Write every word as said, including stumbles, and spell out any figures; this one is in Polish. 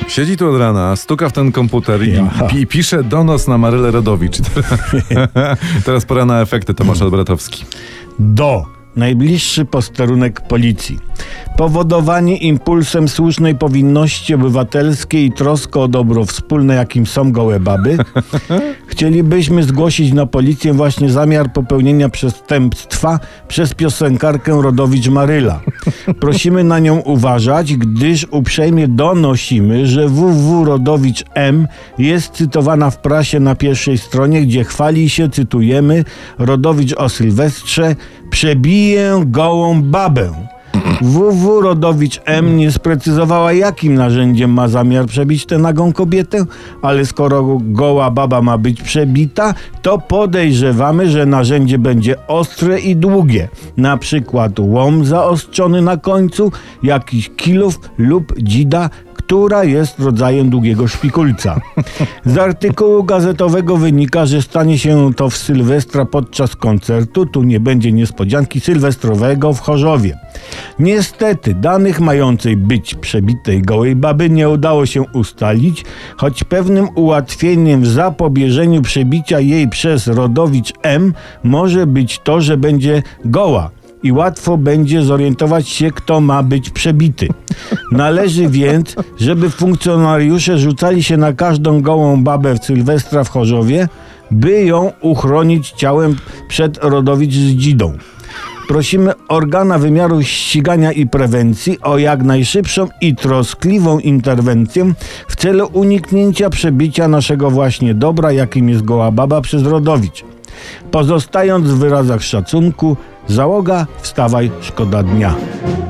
Siedzi tu od rana, stuka w ten komputer i, i, i pisze donos na Marylę Rodowicz. Teraz pora na efekty. Tomasz Albratowski. Do. Najbliższy posterunek policji. Powodowanie impulsem słusznej powinności obywatelskiej i troska o dobro wspólne, jakim są gołe baby. Chcielibyśmy zgłosić na policję właśnie zamiar popełnienia przestępstwa przez piosenkarkę Rodowicz Maryla. Prosimy na nią uważać, gdyż uprzejmie donosimy, że W W Rodowicz M jest cytowana w prasie na pierwszej stronie, gdzie chwali się, cytujemy, Rodowicz o Sylwestrze: przebiję gołą babę. W W Rodowicz M nie sprecyzowała, jakim narzędziem ma zamiar przebić tę nagą kobietę, ale skoro goła baba ma być przebita, to podejrzewamy, że narzędzie będzie ostre i długie. Na przykład łom zaostrzony na końcu, jakiś kilów lub dzida, która jest rodzajem długiego szpikulca. Z artykułu gazetowego wynika, że stanie się to w Sylwestra podczas koncertu, tu nie będzie niespodzianki, sylwestrowego w Chorzowie. Niestety danych mającej być przebitej gołej baby nie udało się ustalić, choć pewnym ułatwieniem w zapobieżeniu przebicia jej przez Rodowicz M może być to, że będzie goła i łatwo będzie zorientować się, kto ma być przebity. Należy więc, żeby funkcjonariusze rzucali się na każdą gołą babę w Sylwestra w Chorzowie, by ją uchronić ciałem przed Rodowicz z dzidą. Prosimy organa wymiaru ścigania i prewencji o jak najszybszą i troskliwą interwencję w celu uniknięcia przebicia naszego właśnie dobra, jakim jest goła baba, przez Rodowicz. Pozostając w wyrazach szacunku, załoga, wstawaj, szkoda dnia.